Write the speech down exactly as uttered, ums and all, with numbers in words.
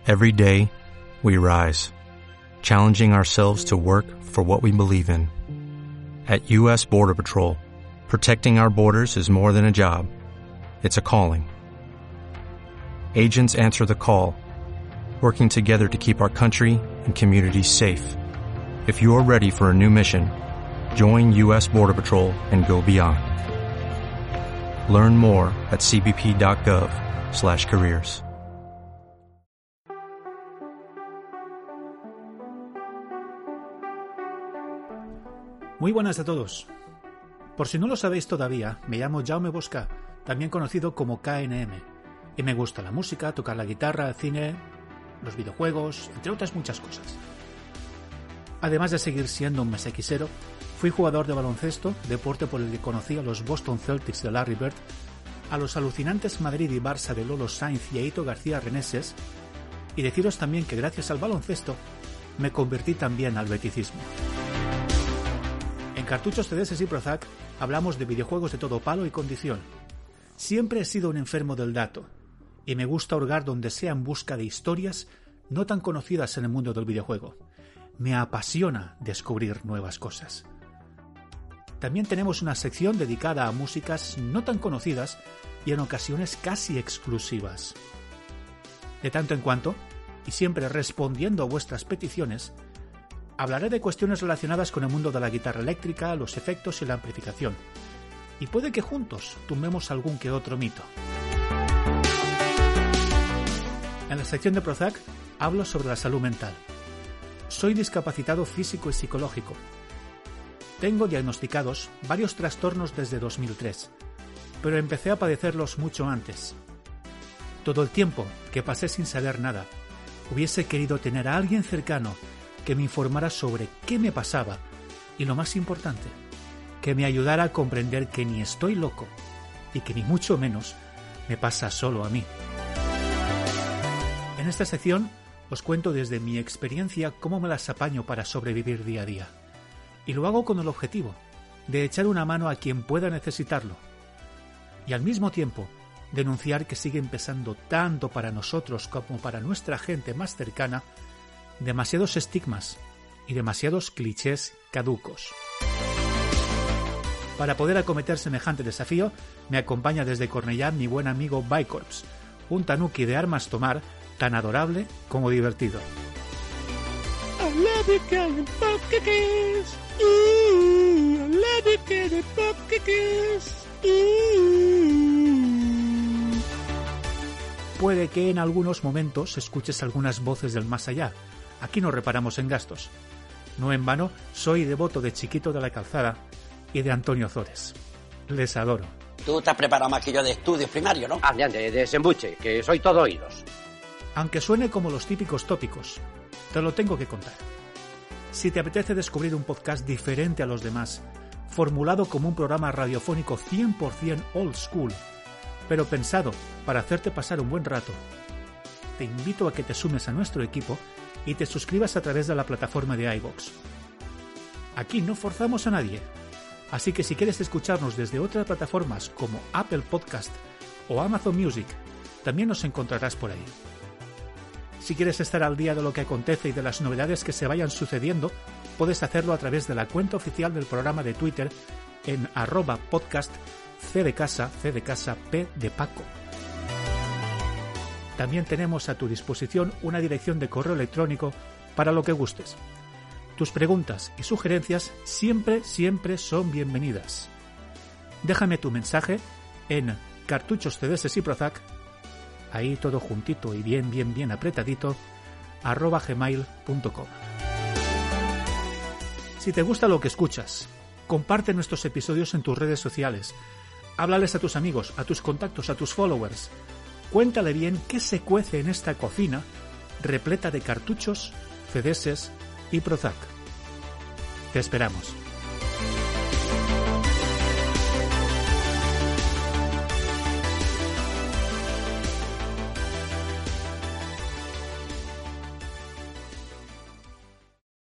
Every day, we rise, challenging ourselves to work for what we believe in. At U S Border Patrol, protecting our borders is more than a job. It's a calling. Agents answer the call, working together to keep our country and communities safe. If you are ready for a new mission, join U S Border Patrol and go beyond. Learn more at c b p dot gov slash careers. Muy buenas a todos. Por si no lo sabéis todavía, me llamo Jaume Bosca, también conocido como K N M, y me gusta la música, tocar la guitarra, el cine, los videojuegos, entre otras muchas cosas. Además de seguir siendo un mesequisero, fui jugador de baloncesto, deporte por el que conocí a los Boston Celtics de Larry Bird, a los alucinantes Madrid y Barça de Lolo Sainz y Aito García Reneses, y deciros también que gracias al baloncesto me convertí también al beticismo. En Cartuchos, C Ds y Prozac hablamos de videojuegos de todo palo y condición. Siempre he sido un enfermo del dato, y me gusta hurgar donde sea en busca de historias no tan conocidas en el mundo del videojuego. Me apasiona descubrir nuevas cosas. También tenemos una sección dedicada a músicas no tan conocidas y en ocasiones casi exclusivas. De tanto en cuanto, y siempre respondiendo a vuestras peticiones, hablaré de cuestiones relacionadas con el mundo de la guitarra eléctrica, los efectos y la amplificación. Y puede que juntos tumbemos algún que otro mito. En la sección de Prozac hablo sobre la salud mental. Soy discapacitado físico y psicológico. Tengo diagnosticados varios trastornos desde dos mil tres, pero empecé a padecerlos mucho antes. Todo el tiempo que pasé sin saber nada, hubiese querido tener a alguien cercano que me informara sobre qué me pasaba y, lo más importante, que me ayudara a comprender que ni estoy loco y que ni mucho menos me pasa solo a mí. En esta sección os cuento desde mi experiencia cómo me las apaño para sobrevivir día a día. Y lo hago con el objetivo de echar una mano a quien pueda necesitarlo. Y al mismo tiempo denunciar que siguen pesando tanto para nosotros como para nuestra gente más cercana demasiados estigmas y demasiados clichés caducos. Para poder acometer semejante desafío, me acompaña desde Cornellá mi buen amigo Bicorps, un tanuki de armas tomar tan adorable como divertido. Puede que en algunos momentos escuches algunas voces del más allá. Aquí no reparamos en gastos. No en vano, soy devoto de Chiquito de la Calzada y de Antonio Ozores. Les adoro. Tú te has preparado más que yo de estudios primarios, ¿no? Ande, ande, desembuche, que soy todo oídos. Aunque suene como los típicos tópicos, te lo tengo que contar. Si te apetece descubrir un podcast diferente a los demás, formulado como un programa radiofónico cien por ciento old school, pero pensado para hacerte pasar un buen rato, te invito a que te sumes a nuestro equipo y te suscribas a través de la plataforma de iVoox. Aquí no forzamos a nadie, así que si quieres escucharnos desde otras plataformas como Apple Podcast o Amazon Music, también nos encontrarás por ahí. Si quieres estar al día de lo que acontece y de las novedades que se vayan sucediendo, puedes hacerlo a través de la cuenta oficial del programa de Twitter en arroba podcast C de casa, C de casa, P de Paco. También tenemos a tu disposición una dirección de correo electrónico para lo que gustes. Tus preguntas y sugerencias siempre, siempre son bienvenidas. Déjame tu mensaje en Cartuchos, C Ds y Prozac, ahí todo juntito y bien, bien, bien apretadito, arroba gmail punto com. Si te gusta lo que escuchas, comparte nuestros episodios en tus redes sociales, háblales a tus amigos, a tus contactos, a tus followers. Cuéntale bien qué se cuece en esta cocina repleta de cartuchos, C Ds y Prozac. Te esperamos.